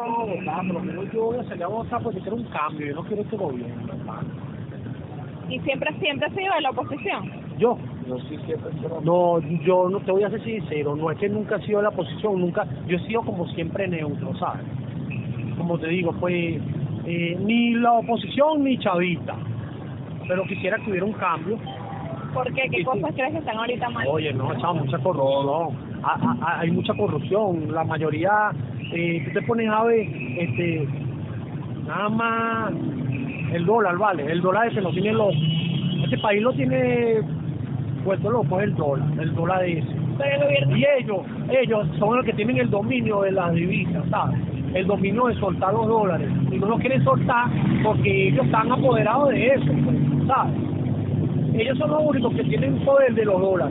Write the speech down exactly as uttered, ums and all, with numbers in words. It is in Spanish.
vamos a votar, por lo menos yo voy a salir a votar porque quiero un cambio, yo no quiero este gobierno, hermano. ¿Y siempre, siempre ha sido de la oposición? Yo, Yo sí siempre quiero... no, yo no te voy a ser sincero, no es que nunca he sido de la oposición, nunca, yo he sido como siempre neutro, ¿sabes? Como te digo, pues, eh, ni la oposición ni chavista, pero quisiera que hubiera un cambio. ¿Por qué? ¿Qué Sí, cosas sí. crees que están ahorita mal? Oye, no, chavo, mucha corrupción, ha- ha- hay mucha corrupción, la mayoría, eh, tú te pones a ver, este, nada más el dólar, vale, el dólar ese lo tiene los, este país lo tiene puesto loco, el dólar, el dólar ese. Pero el gobierno... Y ellos, ellos son los que tienen el dominio de las divisas, ¿sabes? El dominio de soltar los dólares. Y no los quieren soltar porque ellos están apoderados de eso, pues, ¿sabes? Ellos son los únicos que tienen poder de los dólares.